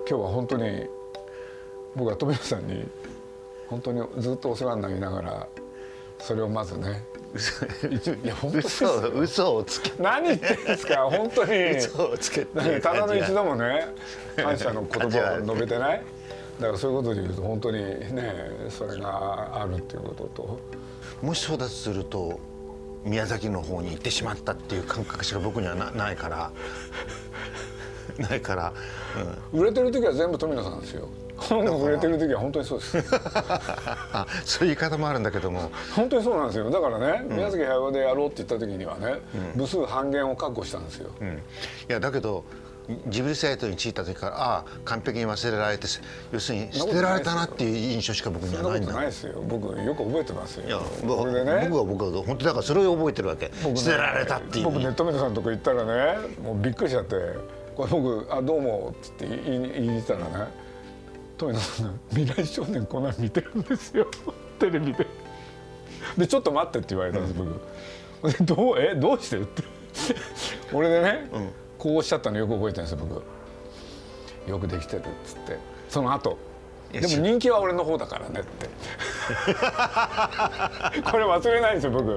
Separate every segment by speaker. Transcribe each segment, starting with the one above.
Speaker 1: 今日は本当に僕は富野さんに本当にずっとお世話になりながら、それをまずね、いや本当ですよ。
Speaker 2: 嘘をつけ。
Speaker 1: 何言ってんですか本当に。
Speaker 2: 嘘をつけて。
Speaker 1: ただの一度もね、感謝の言葉を述べてない。だからそういうことで言うと本当にね、それがあるっていうことと、
Speaker 2: もしそうだとすると宮崎の方に行ってしまったっていう感覚しか僕にはないからないから、
Speaker 1: 売れてる時は全部富野さんですよ。本が売れてる時は本当にそうです。
Speaker 2: あ、そういう言い方もあるんだけども、
Speaker 1: 本当にそうなんですよ。だからね、宮崎駿でやろうって言った時にはね、部数半減を確保したんですよ。
Speaker 2: いやだけどジブリサイトに着いた時から、ああ完璧に忘れられて、要するに捨てられたなっていう印象しか僕にはないんだ。
Speaker 1: そんなことないですよ。僕よく覚えてますよ。
Speaker 2: いや
Speaker 1: それでね、
Speaker 2: 僕は本当だからそれを覚えてるわけ。捨てられたっていう。
Speaker 1: 僕ね、富野さんのとこ行ったらね、もうびっくりしちゃって、これ僕「あどうも」っつって言いに来たらね、富野さんが「未来少年こんなの見てるんですよテレビで」で「ちょっと待って」って言われたんです僕。でどうしてって俺でね、こうおっしゃったのよく覚えてるんですよ僕。よくできてるっつって、その後でも人気は俺の方だからねってこれ忘れないんですよ僕。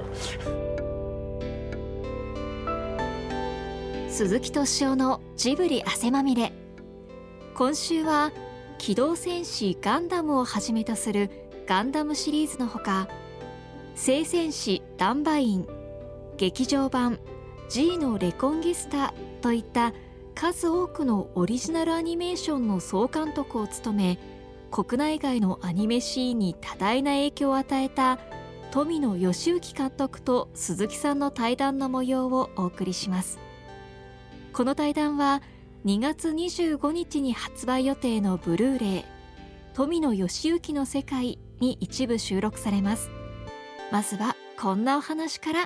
Speaker 3: 鈴木敏夫のジブリ汗まみれ。今週は機動戦士ガンダムをはじめとするガンダムシリーズのほか、聖戦士ダンバイン、劇場版 G のレコンギスタといった数多くのオリジナルアニメーションの総監督を務め、国内外のアニメシーンに多大な影響を与えた富野義行監督と鈴木さんの対談の模様をお送りします。この対談は2月25日に発売予定のブルーレイ富野義行の世界に一部収録されます。まずはこんなお話から。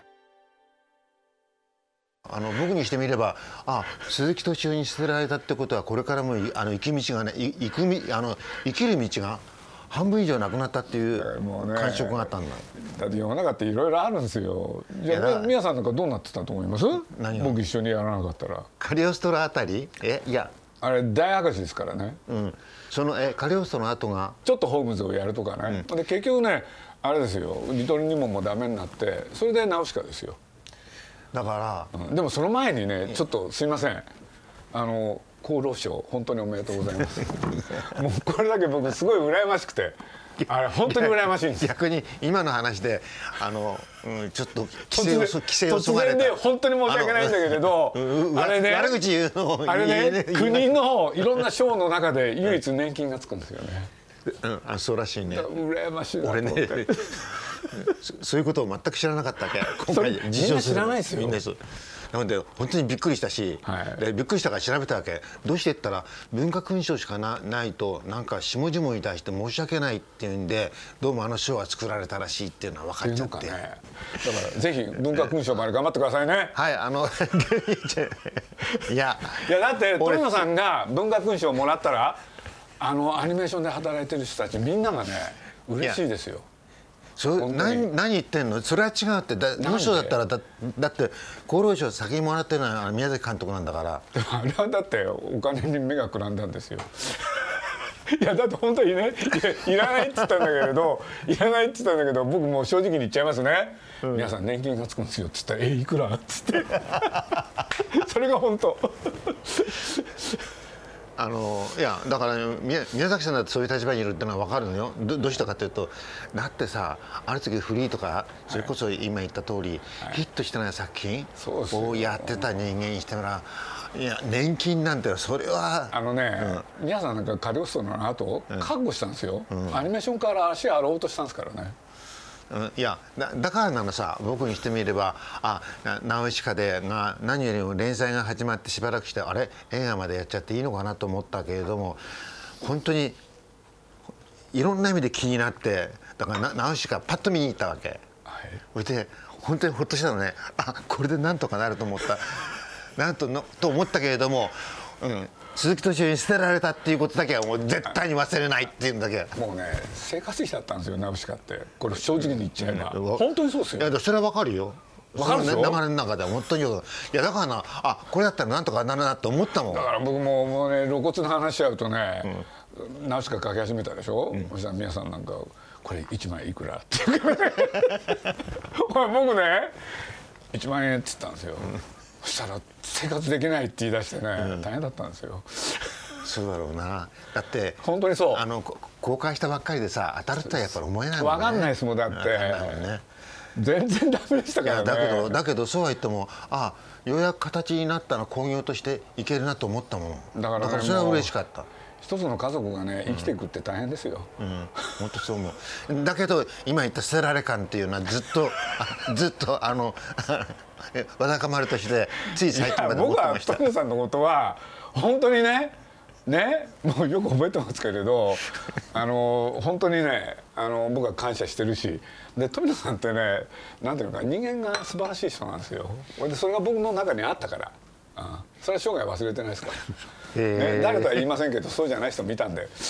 Speaker 2: 僕にしてみれば、鈴木敏夫に捨てられたってことは、これからも生き道がね、生きる道が半分以上なくなったっていう感触があったんだ。
Speaker 1: だって世の中っていろいろあるんですよ。じゃあ宮さんなんかどうなってたと思います？僕一緒にやらなかったら。
Speaker 2: カリオストロあたり？いや
Speaker 1: あれ大赤字ですからね。
Speaker 2: そのカリオストロの後が
Speaker 1: ちょっとホームズをやるとかね、で結局ねあれですよ、リトルニモンもダメになって、それでナウシカですよ。
Speaker 2: だから、
Speaker 1: でもその前にね、ちょっとすいません、厚労省本当におめでとうございますもうこれだけ僕すごい羨ましくて、あれ本当に羨ましいんです。
Speaker 2: 逆に今の話でちょっと規制を
Speaker 1: 突然で本当に申し訳ないんだけれど、あれね、
Speaker 2: 悪口言うのを
Speaker 1: あれね、国のいろんな賞の中で唯一年金がつくんですよね。
Speaker 2: そうらしいね。
Speaker 1: 羨ましいなと思って。
Speaker 2: 俺ねそういうことを全く知らなかったわけ。
Speaker 1: 今回みんな知らないですよ。
Speaker 2: なので本当にびっくりしたし、でびっくりしたから調べたわけ。どうしてって言ったら、文化勲章しかないとなんか下々に対して申し訳ないっていうんで、どうも賞は作られたらしいっていうのは分かっちゃって、だ
Speaker 1: からぜひ文化勲章まで頑張ってくださいね。
Speaker 2: はいいや
Speaker 1: だって富野さんが文化勲章をもらったら、アニメーションで働いてる人たちみんながね嬉しいですよ。
Speaker 2: 何言ってんの、それは違うって。もしだったらだって厚労省先にもらってるのは宮崎監督なんだから。
Speaker 1: でもあれはだってお金に目がくらんだんですよいやだって本当にね、いらないって言ったんだけれど僕もう正直に言っちゃいますね、皆さん年金がつくんですよっつったら「いくら?」っつってそれが本当
Speaker 2: いやだから宮崎さんだってそういう立場にいるってのは分かるのよ。どうしたかというと、だってさ、ある時フリーとかそれこそ今言った通り、ヒットしてない作品をやってた人間にしてみたら、いや年金なんてそれは
Speaker 1: 皆さんなんかカリオストロの後覚悟したんですよ。アニメーションから足洗おうとしたんですからね。
Speaker 2: いやだからなのさ、僕にしてみれば、ナウシカで何よりも連載が始まってしばらくして、あれ映画までやっちゃっていいのかなと思ったけれども、本当にいろんな意味で気になって、だからナウシカパッと見に行ったわけ。それで本当にほっとしたのね。これでなんとかなると思ったと思ったけれども、鈴木敏夫に捨てられたっていうことだけはもう絶対に忘れないっていうのだけ。
Speaker 1: もうね、生活費だったんですよナウシカって。これ正直に言っちゃえば、本当にそうですよ。
Speaker 2: いやそれはわかるよ。
Speaker 1: わかるでしょ。
Speaker 2: 流れの中では本当にいやだからな、あこれだったらなんとかなるなって思ったもん。
Speaker 1: だから僕もね露骨な話しちゃうとね、ナウシカ書き始めたでしょ、そしたら皆さんなんか「これ1枚いくら?」って言うからね僕ね1万円って言ったんですよ、そしたら生活できないって言い出してね、大変だったんですよ。
Speaker 2: そうだろうな。だって
Speaker 1: 本当にそう、
Speaker 2: 公開したばっかりでさ当たるとはやっぱり思えないもんね。
Speaker 1: 分かんないですもんだって、
Speaker 2: ね、
Speaker 1: 全然ダメでしたからね。
Speaker 2: だけどそうは言ってもようやく形になったら興行としていけるなと思ったもん。
Speaker 1: だから、ね、
Speaker 2: それは嬉しかった。
Speaker 1: 一つの家族がね生きていくって大変ですよ。
Speaker 2: 本当そう思う。だけど今言った捨てられ感っていうのはずっとわだかまりとしてつい最近まで思ってました。
Speaker 1: 僕は富野さんのことは本当にねもうよく覚えてますけれど本当にね僕は感謝してるし、で富野さんってねなんていうのか人間が素晴らしい人なんですよ。でそれが僕の中にあったから、それは生涯忘れてないですから、ね、誰とは言いませんけどそうじゃない人見たんで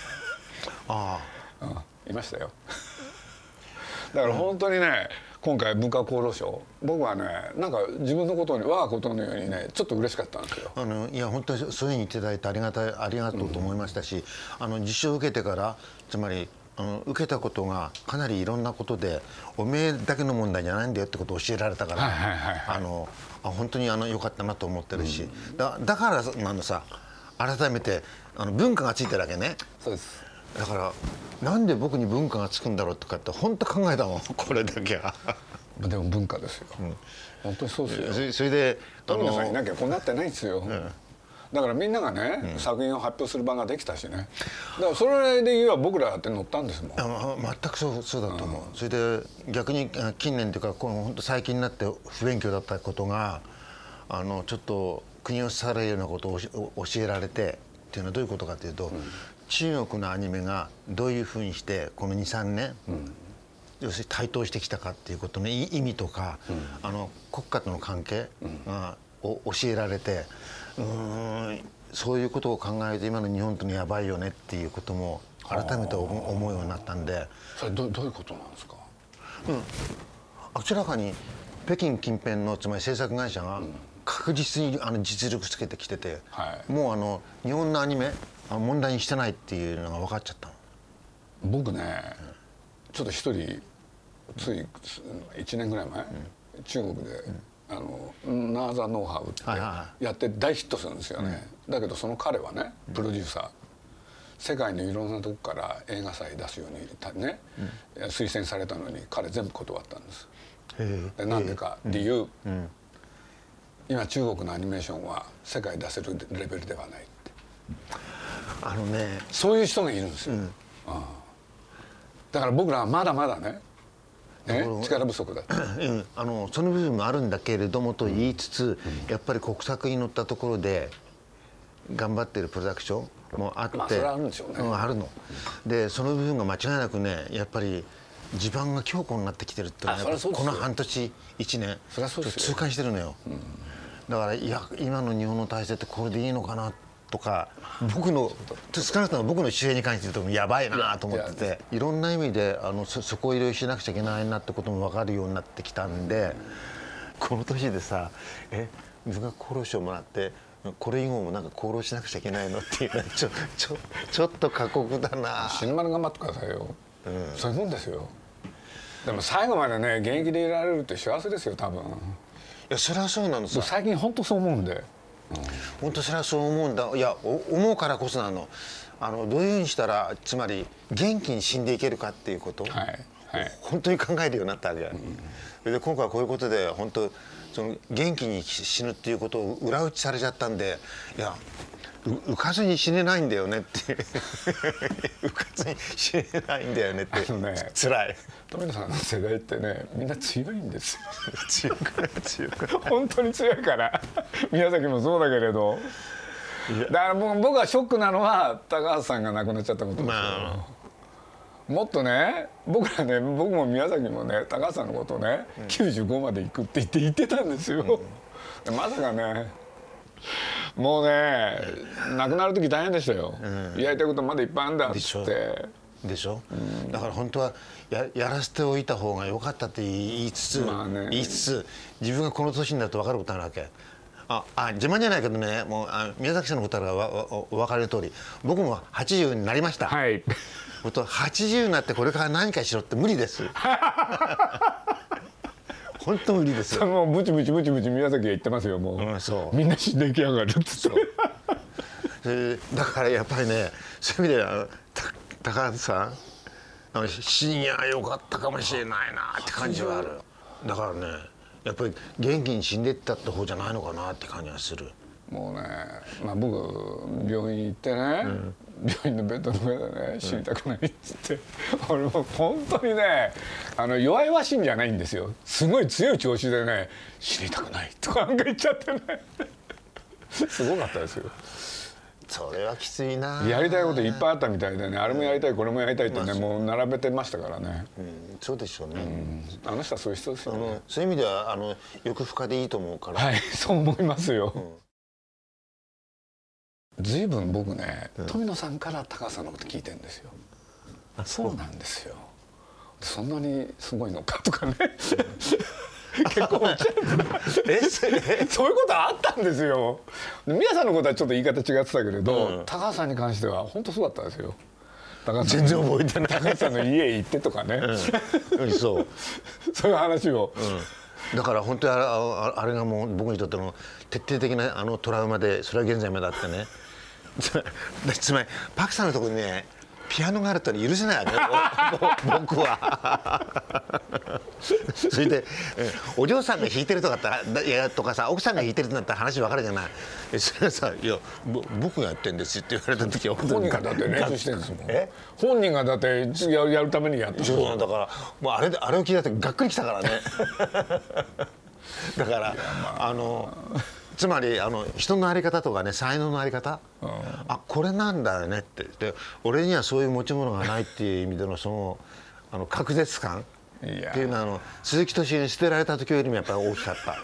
Speaker 1: いましたよ。だから本当にね今回文化功労賞僕はねなんか自分のことに我がことのようにねちょっと嬉しかったんですよ。
Speaker 2: いや本当にそういうふうに言っていただいてありがとうと思いましたし、実証を受けてからつまり受けたことがかなりいろんなことでおめえだけの問題じゃないんだよってことを教えられたから本当に良かったなと思ってるし、だからさ改めて文化がついてるわけね。
Speaker 1: そうです。
Speaker 2: だからなんで僕に文化がつくんだろうとかって本当考えたもんこれだけは。
Speaker 1: でも文化ですよ、本当にそうですよ。
Speaker 2: それで
Speaker 1: 富野さんいなきゃこうなってないんですよ、だからみんながね、作品を発表する場ができたしね、だからそれで言えば僕らだって乗ったんですもん。
Speaker 2: 全くそうだと思う、それで逆に近年というか本当最近になって不勉強だったことがちょっと国を去れるようなことを教えられてっていうのはどういうことかというと、中国のアニメがどういうふうにしてこの 2,3 年、要するに台頭してきたかっていうことの意味とか、国家との関係を教えられて、そういうことを考えて今の日本とのやばいよねっていうことも改めて思うようになったんで。
Speaker 1: それどういうことなんですか？
Speaker 2: 明らかに北京近辺のつまり制作会社が確実に実力つけてきてて、もう日本のアニメ問題にしてないっていうのが分かっちゃったの。
Speaker 1: 僕ねちょっと一人つい1年ぐらい前、中国でナーザ・ノウハウってやって大ヒットするんですよね、だけどその彼はねプロデューサー、世界のいろんなとこから映画祭出すようにね、推薦されたのに彼全部断ったんです。でなんでか理由、今中国のアニメーションは世界出せるレベルではないって、そういう人がいるんですよ、だから僕らはまだまだね力不足だ
Speaker 2: その部分もあるんだけれどもと言いつつ、やっぱり国策に乗ったところで頑張ってるプロダクションもあって、
Speaker 1: それはあるんでしょうね、
Speaker 2: あるので、その部分が間違いなくねやっぱり地盤が強固になってきてるっていうのはこの半年1年痛感してるのよ、だからいや今の日本の体制ってこれでいいのかなとか、少なくとも僕の姿勢に関して言うとやばいなと思ってて、いろんな意味でそこをいろいろしなくちゃいけないなってことも分かるようになってきたんで、この年でさ文化功労賞もらってこれ以後もなんか功労しなくちゃいけないのっていうのはちょっと過酷だな。
Speaker 1: 死ぬまで頑張ってくださいよ、そういうもんですよ。でも最後までね現役でいられるって幸せですよ多分。い
Speaker 2: やそれはそうなのさ。
Speaker 1: 最近本当そう思うんで。
Speaker 2: 本当それはそう思うんだ。いや思うからこそなの。どういうふうにしたらつまり元気に死んでいけるかっていうこと、本当に考えるようになったわけや、で今回はこういうことで本当その元気に死ぬっていうことを裏打ちされちゃったんで、いや浮かずに死ねないんだよねって浮かずに死ねないんだよねって辛い。
Speaker 1: 富野さんの世代ってねみんな強いんですよ
Speaker 2: 強く
Speaker 1: 本当に強いから宮崎もそうだけれど、だから僕はショックなのは高橋さんが亡くなっちゃったことですよ、もっとね僕も宮崎もね高橋さんのことをね、95まで行くって言ってたんですよ、まさかねもうね亡くなる時大変でしたよ、やりたいことまだいっぱいあるんだっつって、
Speaker 2: でしょ、だから本当はやらせておいた方が良かったって言いつつ、自分がこの年になると分かることになるわけ。自慢じゃないけどね、もう宮崎さんのことはお分かりの通り、僕も80になりました。
Speaker 1: はい。
Speaker 2: 80になってこれから何かしろって無理です。本当無理ですよ。
Speaker 1: もうブチブチ宮崎が言ってますよ、もう。そう。みんな死んでいきやがるっつって。
Speaker 2: だからやっぱりね、そういう意味では高畑さん、深夜良かったかもしれないなって感じはある。だからね、やっぱり元気に死んでいったって方じゃないのかなって感じがする。
Speaker 1: もうね、僕病院行ってね、病院のベッドの上でね、死にたくないっつって、俺も本当にね、弱々しいんじゃないんですよ。すごい強い調子でね、死にたくないとかなんか言っちゃってねすごかったですよ。
Speaker 2: それはきついな。
Speaker 1: やりたいこといっぱいあったみたいでね、あれもやりたいこれもやりたいってね、もう並べてましたからね。
Speaker 2: そうでしょうね。
Speaker 1: あの人はそういう人ですよね。
Speaker 2: そういう意味では欲深でいいと思うから。
Speaker 1: はい、そう思いますよ。随分僕ね、富野さんから高橋さんのこと聞いてるんですよ。そうなんですよ。そんなにすごいのかとかね結構そういうことあったんですよ。宮さんのことはちょっと言い方違ってたけれど、高橋さんに関しては本当そうだったんですよ。
Speaker 2: 全然覚えてない。
Speaker 1: 高橋さんの家へ行ってとかね、そういう話を。
Speaker 2: だから本当にあれがもう僕にとっての徹底的なトラウマで、それは現在まであってねつまりパクさんのところにね、ピアノがあるって許せないわけ僕はそれでお嬢さんが弾いてるとかとかさ、奥さんが弾いてるってなったら話分かるじゃない。それはさ、いや僕がやってんですって言われた時は
Speaker 1: 本人がだって練習してるんですもん。本人がだってやるためにやってる。
Speaker 2: そうだから、もうあれを聞いた時がっくりきたからねだからつまり人の在り方とかね、才能の在り方、これなんだよねって。で、俺にはそういう持ち物がないっていう意味での隔絶感っていうのは鈴木敏夫に捨てられた時よりもやっぱり大きかった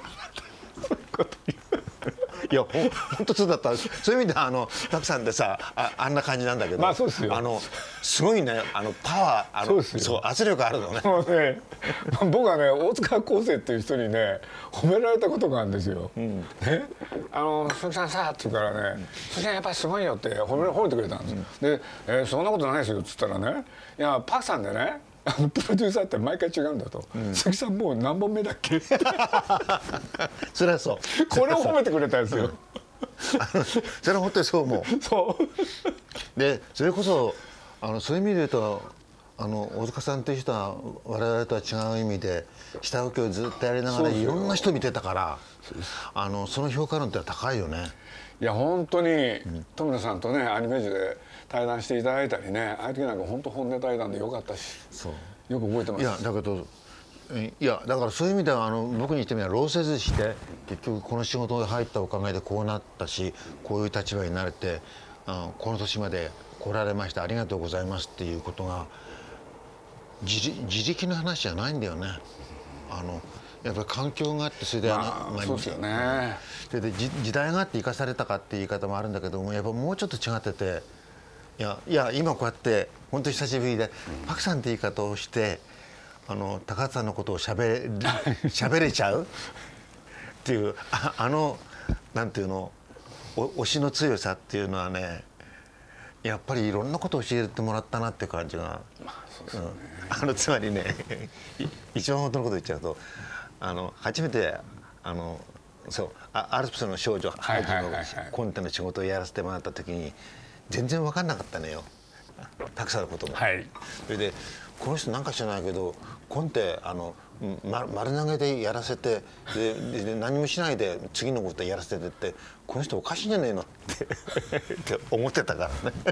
Speaker 2: いや本当そうだった。そういう意味ではたくさんでさ、あんな感じなんだけど、
Speaker 1: そうですよ。
Speaker 2: すごいね、パワー、そう圧力あるのね。
Speaker 1: もうね、僕はね、大塚康生っていう人にね褒められたことがあるんですよ。鈴木さんさって言うからね、鈴木さんやっぱりすごいよって褒めてくれたんですよ。で、そんなことないですよっつったらね、いやパクさんでね、プロデューサーって毎回違うんだと、鈴木さんもう何本目だっけ
Speaker 2: それはそう、
Speaker 1: これを褒めてくれたんですよ
Speaker 2: それは本当にそう思う。
Speaker 1: そう
Speaker 2: で、それこそそういう意味で言うと大塚さんという人は我々とは違う意味で下請けをずっとやりながらいろんな人見てたから、その評価論って高いよね。
Speaker 1: いや本当に富野さんとねアニメージュで対談していただいたりね、ああいう時なんか本当本音対談でよかったし、よく覚えてます。
Speaker 2: いやだからそういう意味では僕に言ってみれば労せずして結局この仕事に入ったおかげでこうなったし、こういう立場になれてこの年まで来られました、ありがとうございますっていうことが自力の話じゃないんだよね。やっぱり環境があって、それで
Speaker 1: そうですよね。
Speaker 2: それで時代があって生かされたかっていう言い方もあるんだけども、やっぱもうちょっと違ってて、いや今こうやって本当に久しぶりでパクさんって言い方をして高畑さんのことをしゃべれちゃうっていうなんていうの、推しの強さっていうのはね、やっぱりいろんなことを教えてもらったなっていう感じが。つまりね一番本当のこと言っちゃうと初めてアルプスの少女ハイジのコンテの仕事をやらせてもらった時に全然分かんなかったのよ、たくさんのことも。それでこの人なんか知らないけどコンテ丸投げでやらせてで何もしないで次のことやらせてってこの人おかしいんじゃねえのって思ってたからね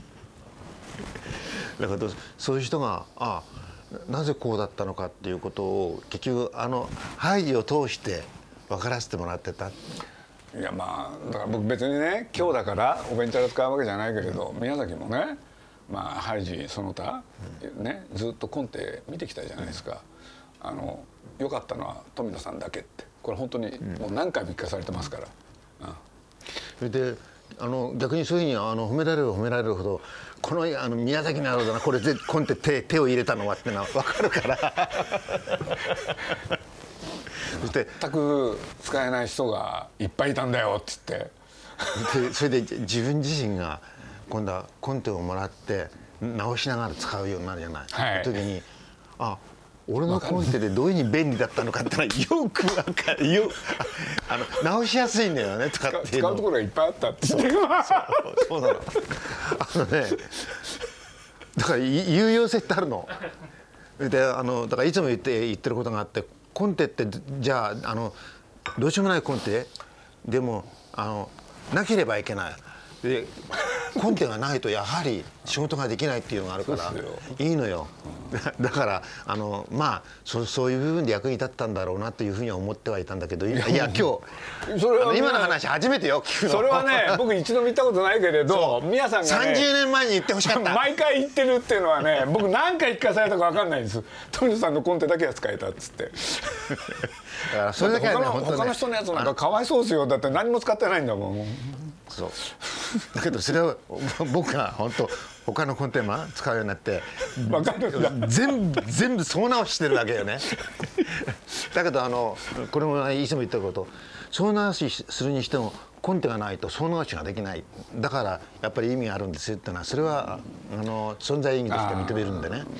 Speaker 2: だからそういう人がなぜこうだったのかっていうことを結局ハイジを通して分からせてもらってた。
Speaker 1: いやだから僕別にね今日だからおべんちゃら使うわけじゃないけれど、宮崎もねハイジその他ねずっとコンテ見てきたじゃないですか。良かったのは富野さんだけって、これ本当にもう何回も聞かされてますから。
Speaker 2: それで逆にそういうふうに褒められるほどこの宮崎なるほどなこれコンテ手を入れたのはってのは分かるからそして
Speaker 1: 全く使えない人がいっぱいいたんだよって言って
Speaker 2: それで自分自身が今度はコンテをもらって直しながら使うようになるじゃない、
Speaker 1: はい、
Speaker 2: その時に俺のコンテでどういうふうに便利だったのかってのはよく分かる直しやすいんだよねとかっていうの
Speaker 1: 使うところがいっぱいあったって言って
Speaker 2: そうなのだから有用性ってあるのでだからいつも言ってることがあってコンテってじゃあどうしようもないコンテでもなければいけないでコンテがないとやはり仕事ができないっていうのがあるからいいのよ、だからまあそういう部分で役に立ったんだろうなというふうには思ってはいたんだけどいや今日今の話初めてよ聞くの。
Speaker 1: それはね僕一度も言ったことないけれど宮さんがね
Speaker 2: 30年前に言ってほしかった
Speaker 1: 毎回言ってるっていうのはね僕何回聞かされたか分かんないんです。富野さんのコンテだけは使えたっつって
Speaker 2: だからそれだけはね
Speaker 1: 他の人のやつなんかかわいそうですよ。だって何も使ってないんだもん。
Speaker 2: そうだけどそれを僕が本当他のコンテ使うようになって
Speaker 1: 分かるんだ
Speaker 2: 全部総直ししてるわけよねだけどこれもいつも言ったこと総直しするにしてもコンテがないと総直しができないだからやっぱり意味があるんですよってのはそれは存在意義として認めるんでね。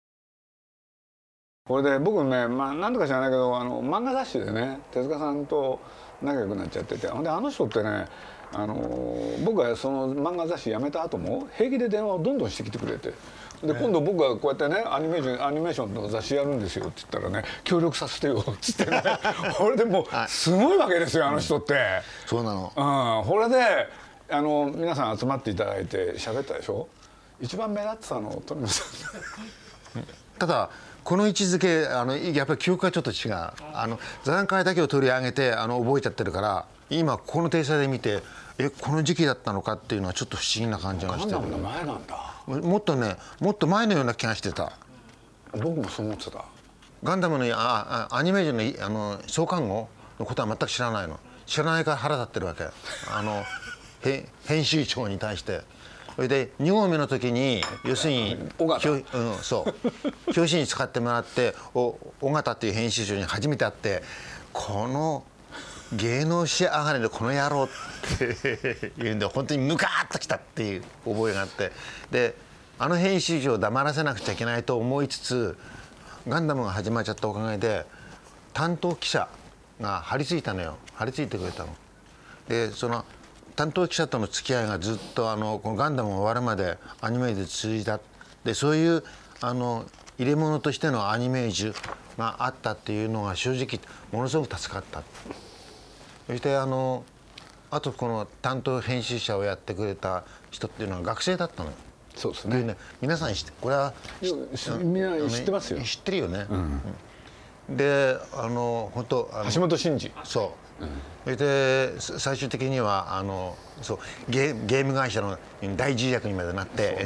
Speaker 1: これで僕ね、なんとか知らないけど漫画雑誌でね手塚さんと仲良くなっちゃっててほんで人ってね僕がその漫画雑誌辞めた後も平気で電話をどんどんしてきてくれてで今度僕がこうやってねアニメーションの雑誌やるんですよって言ったらね協力させてよっつってねこれでもうすごいわけですよ人って。
Speaker 2: そうなの。
Speaker 1: これで皆さん集まっていただいて喋ったでしょ。一番目立ってたの富野さん
Speaker 2: ただこの位置づけやっぱり記憶がちょっと違う座談会だけを取り上げて覚えちゃってるから今この体裁で見てこの時期だったのかっていうのはちょっと不思議な感じがしてる。
Speaker 1: ガンダムの前なんだ。
Speaker 2: もっと前のような気がしてた。
Speaker 1: 僕もそう思ってた。
Speaker 2: ガンダムのアニメーションの創刊号のことは全く知らないの。知らないから腹立ってるわけ編集長に対して。それで2号目の時に要するにそう表紙に使ってもらって尾形っていう編集長に初めて会ってこの芸能史上がりでこの野郎っていうんで本当にムカーッときたっていう覚えがあってで編集長を黙らせなくちゃいけないと思いつつガンダムが始まっちゃったおかげで担当記者が張り付いたのよ。張り付いてくれたの。でその担当記者との付き合いがずっとこのガンダムが終わるまでアニメージュで続いたでそういう入れ物としてのアニメージュがあったっていうのが正直ものすごく助かった。そしてあとこの担当編集者をやってくれた人っていうのは学生だったのよ。
Speaker 1: そうですね。
Speaker 2: 皆さんこれは
Speaker 1: みんな知ってますよ。
Speaker 2: 知ってるよね。で本当
Speaker 1: 橋本真二。
Speaker 2: そう。それで最終的にはゲーム会社の大重役にまでなって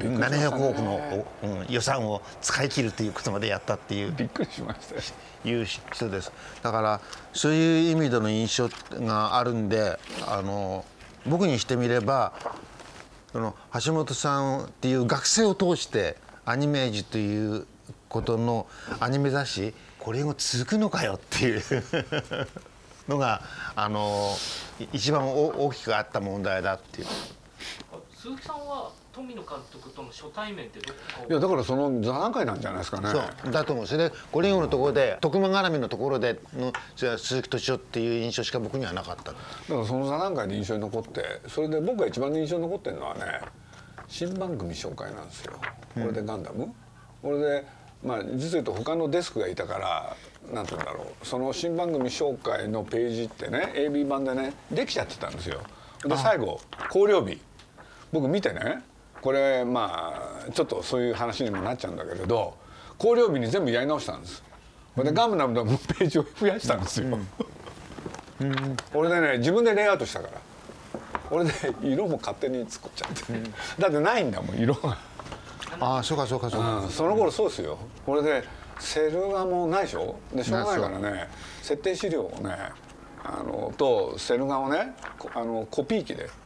Speaker 2: 700億の予算を使い切るということまでやったっていう
Speaker 1: びっくりしましたよ。
Speaker 2: いう人です。だからそういう意味での印象があるんで僕にしてみれば橋本さんっていう学生を通してアニメージュということのアニメ雑誌これが続くのかよっていうのが一番大きくあった問題だっていう。
Speaker 4: 鈴木さんは富野監督との初対面ってどこか。
Speaker 1: いやだからその座談会なんじゃないですかね。
Speaker 2: そうだと思う。それで五輪王のところで徳間絡みのところでの鈴木敏夫っていう印象しか僕にはなかった。だ
Speaker 1: からその座談会で印象に残ってそれで僕が一番印象に残ってるのはね新番組紹介なんですよ。これでガンダム、これで実言うと他のデスクがいたからなんて言うんだろうその新番組紹介のページってね AB 版でねできちゃってたんですよ。で最後考慮日僕見てねこれちょっとそういう話にもなっちゃうんだけれど考慮日に全部やり直したんです。これでガンダムのページを増やしたんですよ。これでね自分でレイアウトしたからこれで色も勝手に作っちゃって、だってないんだもん色が。
Speaker 2: そうか。
Speaker 1: その頃そうですよ。これでセル画もないでしょ。でしょうがないからね設定資料をねとセル画をねコピー機で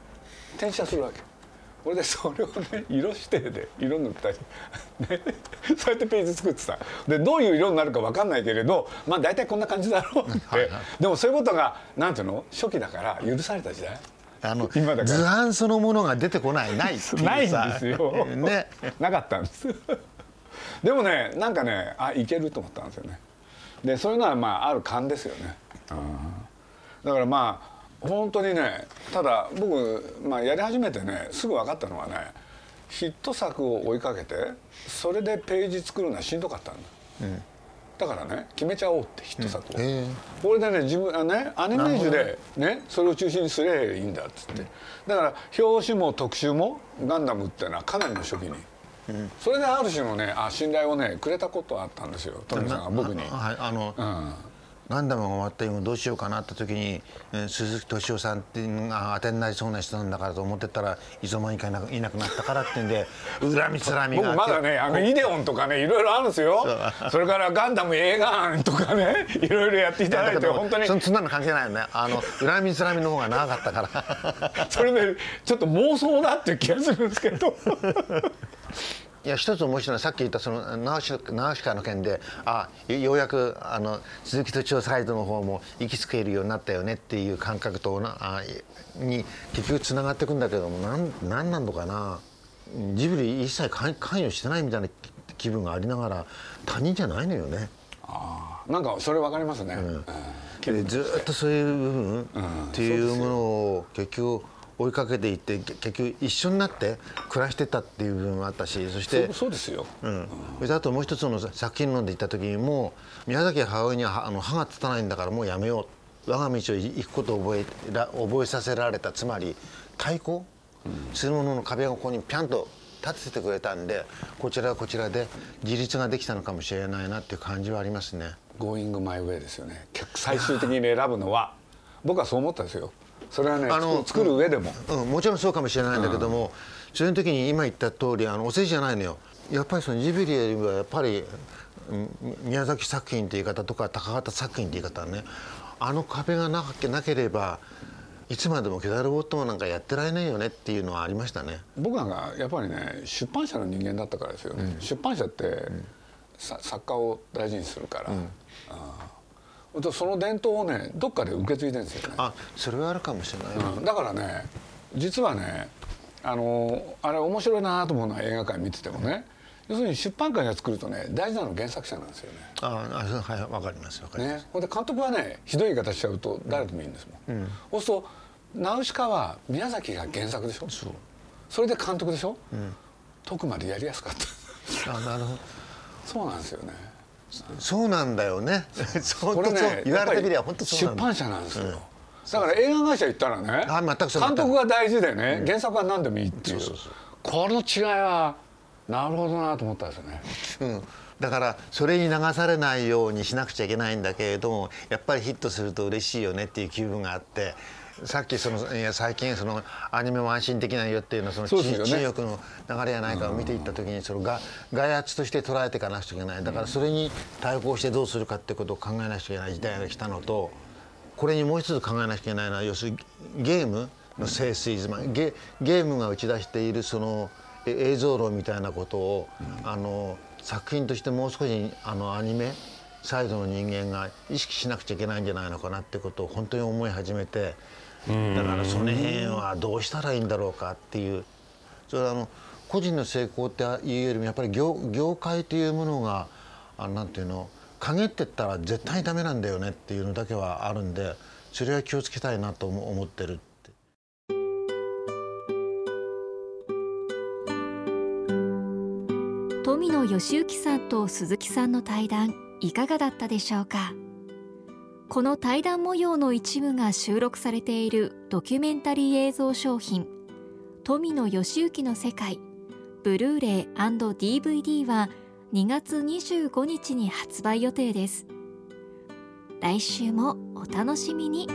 Speaker 1: 転写するわけ。これでそれをね色指定で色塗ったり、ね、そうやってページ作ってた。でどういう色になるか分かんないけれど、まあ大体こんな感じだろうって、はいはい、でもそういうことがなんていうの初期だから許された時代。
Speaker 2: 今だから図案そのものが出てこないっていうさ
Speaker 1: ないんですよ、ね、なかったんですでもねなんかねいけると思ったんですよね。でそういうのはまあある勘ですよね。だからまあ本当にね、ただ僕、まあ、やり始めてねすぐ分かったのはね、ヒット作を追いかけてそれでページ作るのはしんどかったんだ、だからね決めちゃおうってヒット作を、これでね自分ねアニメージュでねそれを中心にすればいいんだっつって、だから表紙も特集もガンダムっていうのはかなりの初期に、それである種のね信頼をねくれたことあったんですよ、トミさんが僕に。
Speaker 2: ガンダムが終わった今どうしようかなって時に、鈴木敏夫さんっていうのが当てになりそうな人なんだからと思ってたらいつの間にかいなくなったからってんで恨みつらみがあって、
Speaker 1: 僕まだねイデオンとかねいろいろあるんですよ。それからガンダム映画案とかねいろいろやっていただいて本当に
Speaker 2: そんなの関係ないよね。恨みつらみの方が長かったから
Speaker 1: それでちょっと妄想だっていう気がするんですけど
Speaker 2: いや一つ面白いのはさっき言ったそのナウシカの件でようやく鈴木敏夫サイドの方も行きつけるようになったよねっていう感覚とに結局つながっていくんだけども、何なんのかな、ジブリ一切関与してないみたいな気分がありながら他人じゃないのよね。
Speaker 1: なんかそれ分かりますね、
Speaker 2: ずっとそういう部分っていうものを結局追いかけていって結局一緒になって暮らしてたっていう部分もあったし、そして
Speaker 1: そうですよ、
Speaker 2: あともう一つの作品論で言った時にもう宮崎駿には歯が立たないんだからもうやめよう、我が道を行くことを覚えさせられた、つまり対抗するものの壁がここにピャンと立ててくれたんで、こちらはこちらで自立ができたのかもしれないなっていう感じはありますね。
Speaker 1: Going my way ですよね。最終的に選ぶのは僕はそう思ったんですよ。それはね作る上でも、
Speaker 2: もちろんそうかもしれないんだけども、そういう時に今言った通りお世辞じゃないのよ。やっぱりそのジブリよりはやっぱり宮崎作品という言い方とか高畑作品という言い方はね、壁がなければいつまでもケダルボットもなんかやってられないよねっていうのはありましたね。
Speaker 1: 僕なんかやっぱりね出版社の人間だったからですよね、出版社って、作家を大事にするから、その伝統をねどっかで受け継いでるんですよね。
Speaker 2: それはあるかもしれない、
Speaker 1: だからね実はねあれ面白いなと思うのは映画館見ててもね、要するに出版界が作るとね大事なのは原作者なんですよね。
Speaker 2: はい、わかりますね。
Speaker 1: ほんで監督はねひどい言い方しちゃうと誰でもいいんですもん、そうするとナウシカは宮崎が原作でしょ、それで監督でしょ、徳までやりやすかった
Speaker 2: なるほど、
Speaker 1: そうなんですよね。
Speaker 2: そうなんだよね。
Speaker 1: これね
Speaker 2: 言われてみれば本当そう
Speaker 1: 出版社なんですよ、だから映画会社行ったらね監督が大事でね、原作は何でもいいっていう、この違いはなるほどなと思ったんですよね。
Speaker 2: だからそれに流されないようにしなくちゃいけないんだけれども、やっぱりヒットすると嬉しいよねっていう気分があって、さっき最近アニメも安心できないよっていうのは中国の流れやないかを見ていった時に外圧として捉えていかなくちゃいけない。だからそれに対抗してどうするかってことを考えなくちゃいけない時代が来たのと、これにもう一つ考えなきゃいけないのは要するにゲームの性質、ゲームが打ち出しているその映像論みたいなことを作品としてもう少しアニメサイドの人間が意識しなくちゃいけないんじゃないのかなってことを本当に思い始めて、だからその辺はどうしたらいいんだろうかっていう、それは個人の成功っていうよりもやっぱり業界というものがなんていうの陰ってったら絶対にダメなんだよねっていうのだけはあるんで、それは気をつけたいなと思ってるって。
Speaker 3: 富野義行さんと鈴木さんの対談いかがだったでしょうか。この対談模様の一部が収録されているドキュメンタリー映像商品富野義行の世界ブルーレイ&DVD は2月25日に発売予定です。来週もお楽しみに。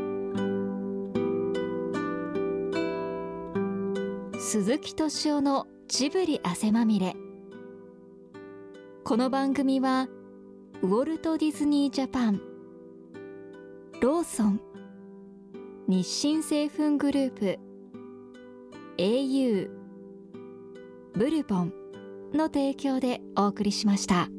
Speaker 3: 鈴木敏夫のジブリ汗まみれ。この番組はウォルト・ディズニー・ジャパン、ローソン、日清製粉グループ、 au ブルボンの提供でお送りしました。